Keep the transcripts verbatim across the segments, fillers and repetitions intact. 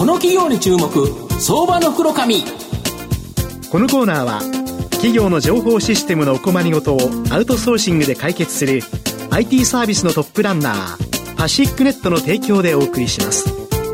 この企業に注目、相場の袋紙。 このコーナーは企業の情報システムのお困りごとをアウトソーシングで解決する アイティー サービスのトップランナーパシックネットの提供でお送りします。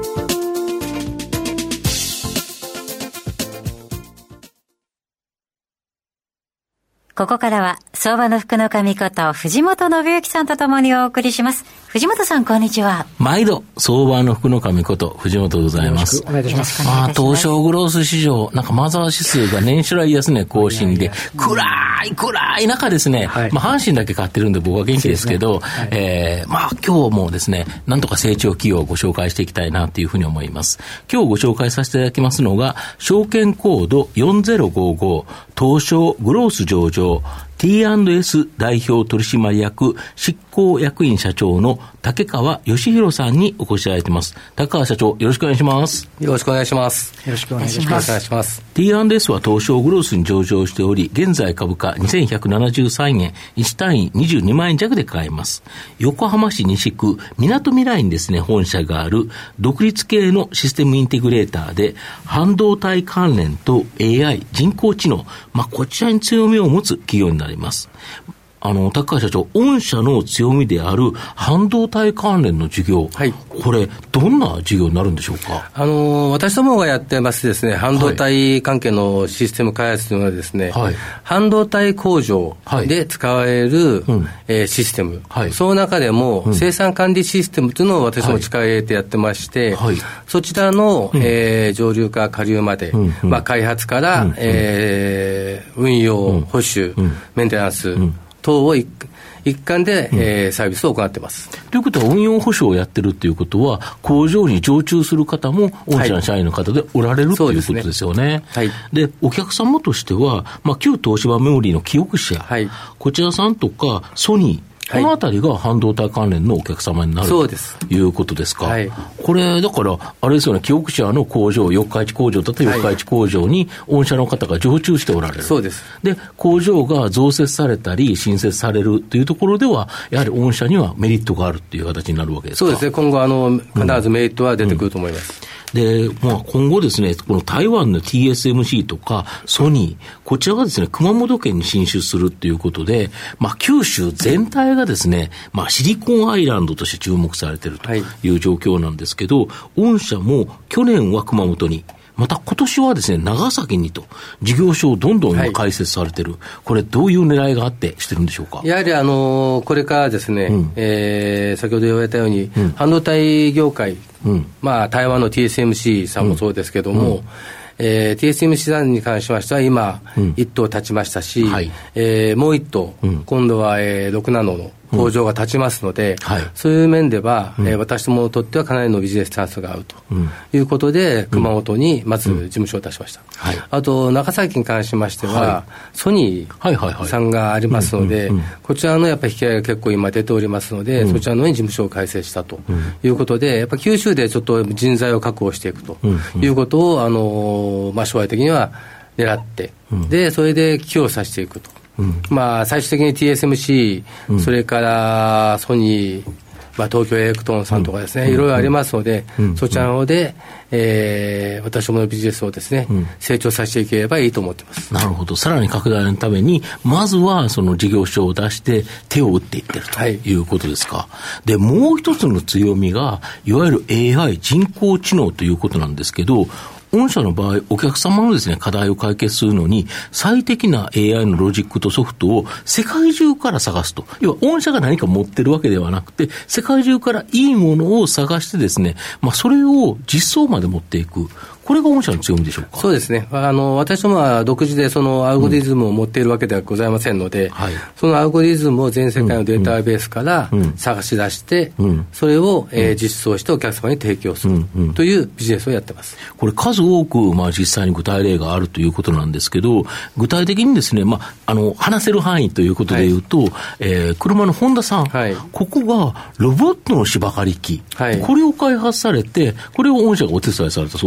ここからは相場の福の神こと藤本信之さんとともにお送りします。藤本さん、こんにちは。 毎度相場の福の神こと藤本でございます。 お願いいたします。 まあ、東証グロース市場なんかマザー指数が年初来安値更新で暗い暗い中ですね、はい、まあ、阪神だけ買ってるんで僕は元気ですけど、はい、えー、まあ今日もですねなんとか成長企業をご紹介していきたいなというふうに思います。今日ご紹介させていただきますのが証券コードよんぜろごご東証グロース上場ティーアンドエス 代表取締役執行役員社長の竹川義弘さんにお越しいただいています。竹川社長、よろしくお願いします。 よろしくお願いします。 よろしくお願いします。 お願いします。 ティーアンドエス は東証グロースに上場しており、現在株価にせんひゃくななじゅうさんえん、いち単位にじゅうにまんえん弱で買えます。横浜市西区みなとみらいにですね本社がある独立系のシステムインテグレーターで、半導体関連と エーアイ 人工知能、まあ、こちらに強みを持つ企業になります。あの高橋社長、御社の強みである半導体関連の事業、はい、これどんな事業になるんでしょうか。 あの私どもがやってますですね、半導体関係のシステム開発というのはですね、はい、半導体工場で使われる、はい、えー、システム、はい、その中でも、うん、生産管理システムというのを私も力入れてやってまして、はい、そちらの、うん、えー、上流から下流まで、うんうん、まあ、開発から、うん、えー、運用、うん、保守、うん、メンテナンス、うん、等を一環で、うん、えー、サービスを行っています。 ということは運用保証をやってるということは工場に常駐する方も御社の社員の方でおられる、はい、ということですよね。はい、でお客様としては、まあ、旧東芝メモリーのキオクシア、はい、こちらさんとかソニー、このあたりが半導体関連のお客様になる、はい、ということですか。はい、これだからあれですよね、キオクシアの工場、四日市工場だったら四日市工場に御社の方が常駐しておられる。 そうです。 で工場が増設されたり新設されるというところではやはり御社にはメリットがあるという形になるわけですか。 そうですね、今後あの必ずメリットは出てくると思います。 うんうん、で、まあ、今後ですね、この台湾の ティーエスエムシー とかソニー、こちらがですね、熊本県に進出するということで、まあ、九州全体がですね、まあ、シリコンアイランドとして注目されているという状況なんですけど、はい、御社も去年は熊本に、また今年はですね、長崎にと事業所をどんどん今開設されている、はい、これどういう狙いがあってしてるんでしょうか。 やはりあのこれからですね、うん、えー、先ほど言われたように、うん、半導体業界、うん、まあ、台湾の ティーエスエムシー さんもそうですけども、うんうん、えー、ティーエスエムシー さんに関しましては今、うん、一棟立ちましたし、はい、えー、もう一棟、うん、今度は、えー、ろくナノの工場が立ちますので、うん、はい、そういう面では、うん、えー、私どもにとってはかなりのビジネスチャンスがあるということで、うん、熊本にまず事務所を出しました。うん、はい、あと長崎に関しましては、はい、ソニーさんがありますので、こちらのやっぱり引き合いが結構今出ておりますので、うん、そちらの上に事務所を開設したということで、やっぱり九州でちょっと人材を確保していくということを、あのー、まあ、将来的には狙って、うん、でそれで寄与させていくと。うん、まあ、最終的に ティーエスエムシー、うん、それからソニー、まあ、東京エレクトロンさんとかですね、うん、いろいろありますので、うん、そちらの方で、えー、私どものビジネスをですね、うん、成長させていければいいと思っています。 なるほど。さらに拡大のためにまずはその事業所を出して手を打っていってるということですか。はい、でもう一つの強みがいわゆる エーアイ 人工知能ということなんですけど、御社の場合、お客様のですね、課題を解決するのに、最適な エーアイ のロジックとソフトを世界中から探すと。要は、御社が何か持ってるわけではなくて、世界中からいいものを探してですね、まあ、それを実装まで持っていく。これが御社の強みでしょうか。 そうですね。あの私どもは独自でそのアルゴリズムを持っているわけではございませんので、うん、はい、そのアルゴリズムを全世界のデータベースから探し出して、うん、それを、えー、実装してお客様に提供するというビジネスをやってます。 これ数多く、まあ、実際に具体例があるということなんですけど、具体的にですね、まあ、あの話せる範囲ということでいうと、はい、えー、車のホンダさん、はい、ここがロボットの芝刈り機、はい、これを開発されて、これを御社がお手伝いされたそうなんですか。そうです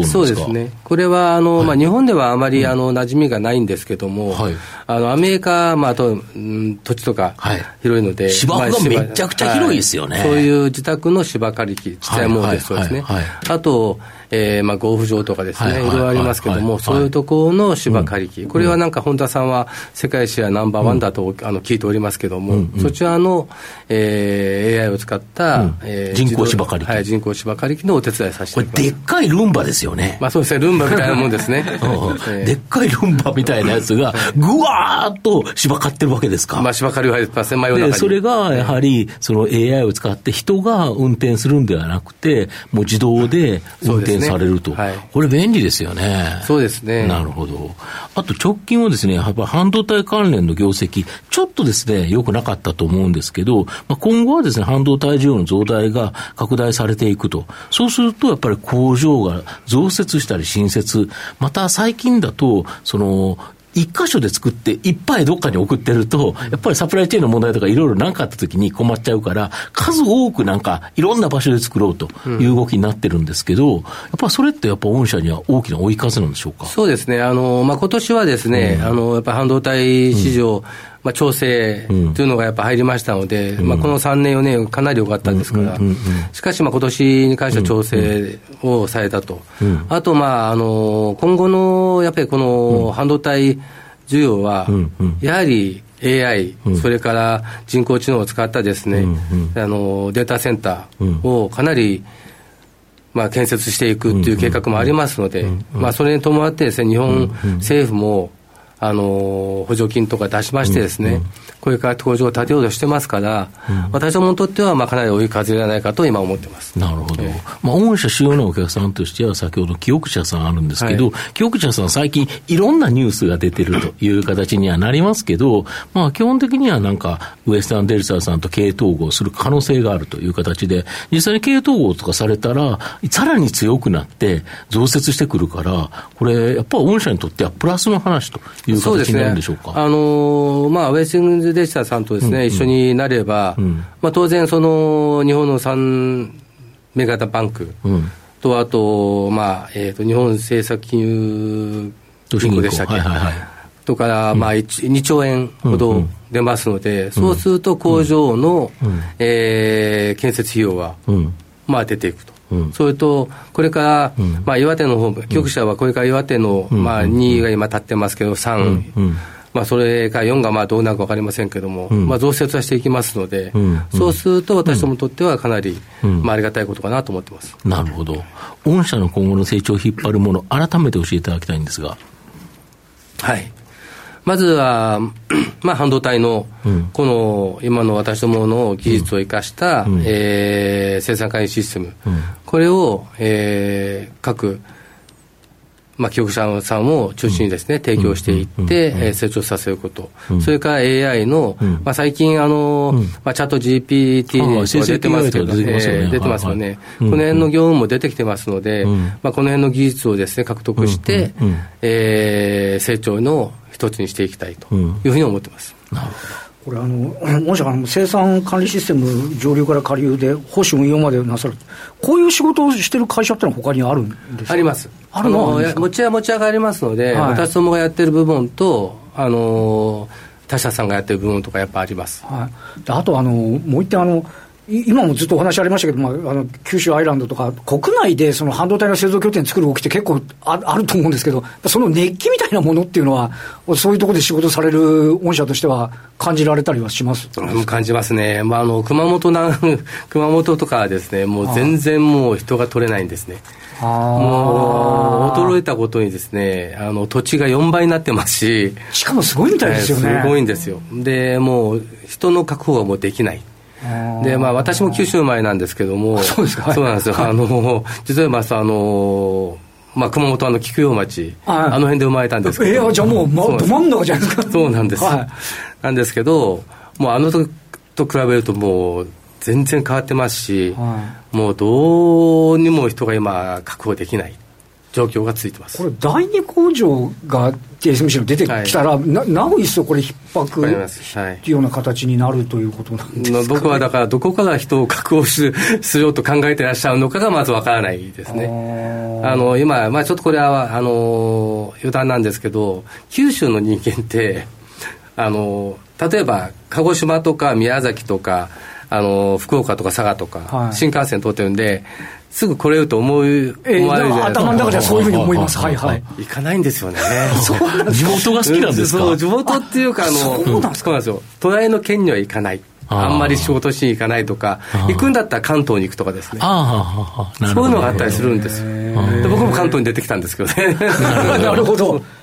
ね。これはあの、はい、まあ、日本ではあまり、うん、あの馴染みがないんですけども、はい、あのアメリカ、まあ、あと、うん、土地とか広いので、はい、 芝生がめちゃくちゃ広いですよね、 はい、そういう自宅の芝刈り機、ちっちゃいものです、そうですね、はいはいはい、あと、えーまあ、ゴルフ場とかですね、はいはい、いろいろありますけども、はいはいはい、そういうところの芝刈り機、うん、これはなんか本田さんは世界シェアナンバーワンだと、うん、あの聞いておりますけども、うんうん、そちらの、えー、エーアイ を使った、うんえー、人工芝刈り機、 はい、人工芝刈り機のお手伝いさせていただきます。 これでっかいルンバですよね。 まあそうですね、ルンバみたいなもんですね、えー、でっかいルンバみたいなやつがぐわーっと芝刈ってるわけですか。 まあ芝刈りは真夜中に。 でそれがやはりその エーアイ を使って人が運転するんではなくてもう自動で運転されると、はい、これ便利ですよね。 そうですね。 なるほど。あと直近はですね、やっぱ半導体関連の業績ちょっとですね良くなかったと思うんですけど、まあ、今後はですね半導体需要の増大が拡大されていくと。そうするとやっぱり工場が増設したり新設、また最近だとその一箇所で作っていっぱいどっかに送ってるとやっぱりサプライチェーンの問題とかいろいろ何かあった時に困っちゃうから数多くなんかいろんな場所で作ろうという動きになってるんですけど、うん、やっぱりそれってやっぱ御社には大きな追い風なんでしょうか。 そうですね、あの、まあ、今年はですね、うん、あのやっぱり半導体市場、うんまあ、調整というのがやっぱ入りましたので、うんまあ、このさんねんよねんかなり良かったんですから、うんうんうんうん、しかしまあ今年に関しては調整をされたと、うんうん、あとまああの今後のやっぱりこの半導体需要はやはり エーアイ、うん、それから人工知能を使ったですね、うんうん、あのデータセンターをかなりまあ建設していくという計画もありますので、うんうんまあ、それに伴ってですね日本政府もあの補助金とか出しましてですね、うんうん、これから工場を建てようとしてますから、うん、私どもにとってはまあかなり追い風じゃないかと今思ってます。 なるほど、えーまあ、御社主要なお客さんとしては先ほどキオクシャさんあるんですけど、はい、キオクシャさん最近いろんなニュースが出てるという形にはなりますけど、まあ、基本的にはなんかウエスタンデルタさんと経営統合する可能性があるという形で実際に経営統合とかされたらさらに強くなって増設してくるからこれやっぱり御社にとってはプラスの話という形になるんでしょうか。 そうですね、あのーまあ、ウェスティングデジタルさんとですね、うんうん、一緒になれば、うんまあ、当然その日本のさんメガバンクと、うん、あと、まあえー、と日本政策金融銀行でしたっけ、はいはいはい、とから、まあ、にちょうえんほど出ますので、うんうん、そうすると工場の、うんえー、建設費用は、うんまあ、出ていくと。うん、それとこれから、うんまあ、岩手の方局者はこれから岩手の、うんまあ、にいが今立ってますけどさん、うんうんまあ、それからよんがまあどうなるか分かりませんけども、うんまあ、増設はしていきますので、うん、そうすると私どもにとってはかなり、うんまあ、ありがたいことかなと思ってます。 なるほど。御社の今後の成長を引っ張るもの改めて教えていただきたいんですが。 はい、まずは、まあ、半導体のこの今の私どもの技術を生かした、うんえー、生産管理システム、うん、これを、えー、各、まあ、企業者さんを中心にですね、うん、提供していって、うんえー、成長させること、うん、それから エーアイ の、うんまあ、最近あの、うんまあ、チャット ジーピーティー 出てますけど、ねえー、出てますよね、はいはい、この辺の業務も出てきてますので、うんまあ、この辺の技術をですね獲得して、うんうんえー、成長の一つにしていきたいというふうに思ってます。 うん、なるほど。 これあの御社が生産管理システム上流から下流で保守運用までなさるこういう仕事をしている会社ってのは他にあるんですか。 あります。 あるの持ちは持ち上がりますので、はい、私どもがやってる部分とあの他社さんがやってる部分とかやっぱあります、 はい、であとあのもう一点あの今もずっとお話ありましたけど、まあ、あの九州アイランドとか国内でその半導体の製造拠点作る動きって結構 あ, あると思うんですけどその熱気みたいなものっていうのはそういうところで仕事される御社としては感じられたりはします。 うん、感じますね、まあ、あの熊本な熊本とかはですねもう全然もう人が取れないんですね。あもう驚いたことにですねあの土地がよんばいになってますししかもすごいみたいですよね、 えー、すごいんですよ。でもう人の確保がもうできないで、まあ、私も九州生まれなんですけどもそうですか、はい、 そうなんですよ、はい、あの実はまああの、まあ、熊本あの菊陽町、はい、あの辺で生まれたんですけど、 えー、じゃあもう、ま、ど真ん中じゃないですか。 そうなんです、はい、なんですけどもうあの時と比べるともう全然変わってますし、はい、もうどうにも人が今確保できない状況がついてます。 これだいに工場が ティーエスエムシー の出てきたら、はい、な, なお一層これ逼迫っていうような形になるということなんですかね。 僕はだからどこから人を確保ししようと考えていらっしゃるのかがまずわからないですね。あの今、まあ、ちょっとこれはあの余談なんですけど、九州の人間ってあの例えば鹿児島とか宮崎とかあの福岡とか佐賀とか、はい、新幹線通ってるんですぐ来れると思う、えー、思われるじゃないですか。 頭の中ではそういうふうに思います。はいはい。 行かないんですよね。 地元が好きなんですか。 そう、地元っていうか、あの、そうなんですよ。隣の県には行かない。あんまり仕事しに行かないとか、行くんだったら関東に行くとかですね。ああ、そういうのがあったりするんですよ。で僕も関東に出てきたんですけどね。 なるほど。うん、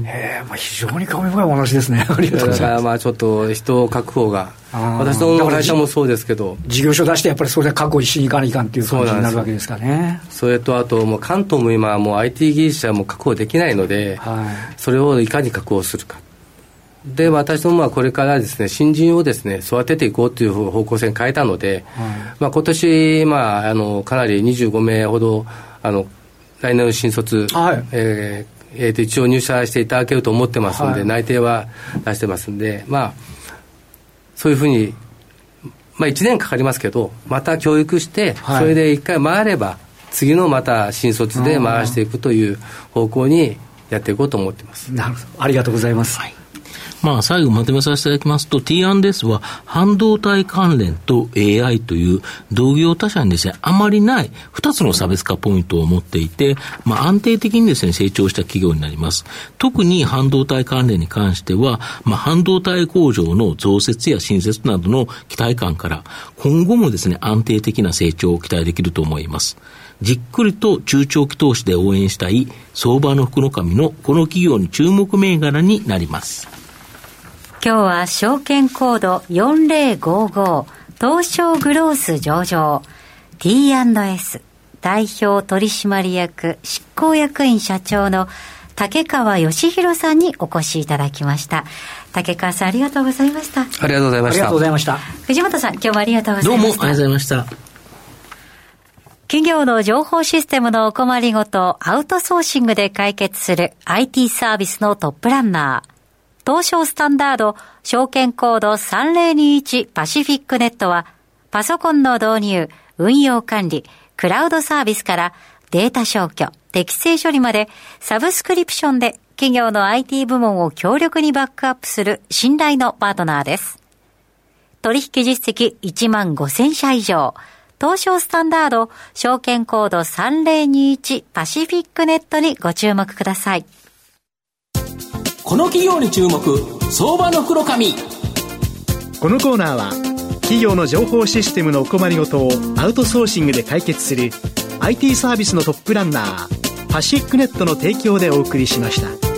へえ、まあ、非常に興味深いお話ですね。ありがとうございます。だからまあちょっと人を確保が、私の会社もそうですけど、 事業所出してやっぱりそれで確保しに行かないかんっていう感じになるわけですかね。 それとあともう関東も今もう アイティー 技術者も確保できないので、はい、それをいかに確保するか。で私どもはこれからですね新人をですね育てていこうという方向性に変えたので、はいまあ、今年、まあ、あのかなりにじゅうごめいほどあの来年の新卒、はいえーえー、と一応入社していただけると思ってますので、はい、内定は出してますんで、まあ、そういうふうに、まあ、いちねんかかりますけどまた教育して、はい、それでいっかい回れば次のまた新卒で回していくという方向にやっていこうと思ってます。 なるほど、ありがとうございます。はいまあ、最後まとめさせていただきますと ティーアンドエス は半導体関連と エーアイ という同業他社にですねあまりないふたつの差別化ポイントを持っていて、まあ、安定的にですね成長した企業になります。特に半導体関連に関しては、まあ、半導体工場の増設や新設などの期待感から今後もですね安定的な成長を期待できると思います。じっくりと中長期投資で応援したい相場の福の神のこの企業に注目銘柄になります。 今日は証券コードよんぜろごご東証グロース上場 ティーアンドエス 代表取締役執行役員社長の竹川義弘さんにお越しいただきました。竹川さんありがとうございました。 ありがとうございました。 ありがとうございました。 藤本さん今日もありがとうございました。 どうもありがとうございました。 企業の情報システムのお困りごとをアウトソーシングで解決する アイティー サービスのトップランナー東証スタンダード証券コードさんぜろにいちパシフィックネットはパソコンの導入、運用管理、クラウドサービスからデータ消去、適正処理までサブスクリプションで企業の アイティー 部門を強力にバックアップする信頼のパートナーです。取引実績いちまんごせんしゃ以上、東証スタンダード証券コードさんぜろにいちパシフィックネットにご注目ください。 この企業に注目、相場の福の神。 このコーナーは企業の情報システムのお困りごとをアウトソーシングで解決する アイティー サービスのトップランナーパシフィックネットの提供でお送りしました。